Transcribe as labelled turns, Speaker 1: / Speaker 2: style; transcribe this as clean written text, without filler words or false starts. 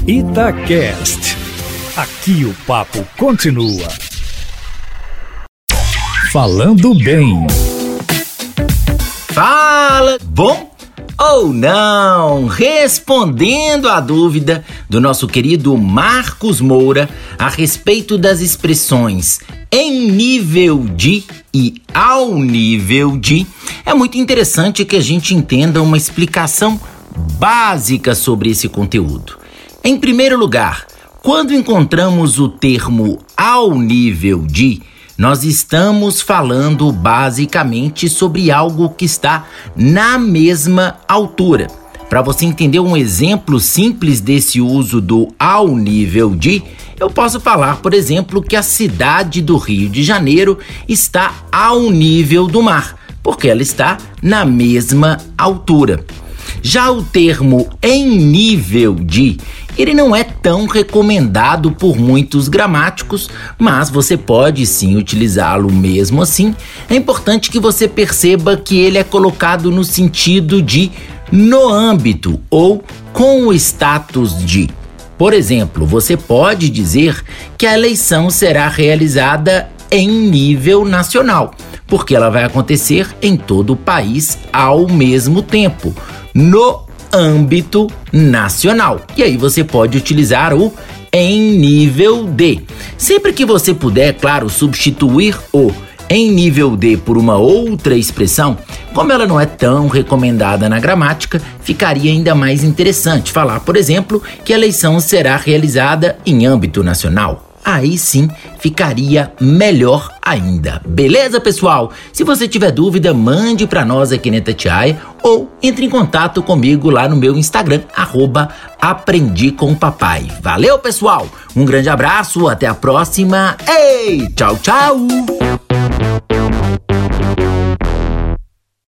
Speaker 1: Itacast. Aqui o papo continua. Falando bem.
Speaker 2: Fala, bom ou não? Respondendo à dúvida do nosso querido Marcos Moura a respeito das expressões em nível de e ao nível de, é muito interessante que a gente entenda uma explicação básica sobre esse conteúdo. Em primeiro lugar, quando encontramos o termo ao nível de, nós estamos falando basicamente sobre algo que está na mesma altura. Para você entender um exemplo simples desse uso do ao nível de, eu posso falar, por exemplo, que a cidade do Rio de Janeiro está ao nível do mar, porque ela está na mesma altura. Já o termo em nível de, ele não é tão recomendado por muitos gramáticos, mas você pode sim utilizá-lo mesmo assim. É importante que você perceba que ele é colocado no sentido de no âmbito ou com o status de. Por exemplo, você pode dizer que a eleição será realizada em nível nacional, porque ela vai acontecer em todo o país ao mesmo tempo, no âmbito nacional. E aí você pode utilizar o em nível de. Sempre que você puder, claro, substituir o em nível de por uma outra expressão, como ela não é tão recomendada na gramática, ficaria ainda mais interessante falar, por exemplo, que a eleição será realizada em âmbito nacional. Aí sim ficaria melhor ainda. Beleza, pessoal? Se você tiver dúvida, mande para nós aqui na Itatiaia ou entre em contato comigo lá no meu Instagram, @aprendicompapai. Valeu, pessoal! Um grande abraço, até a próxima. Ei, tchau, tchau!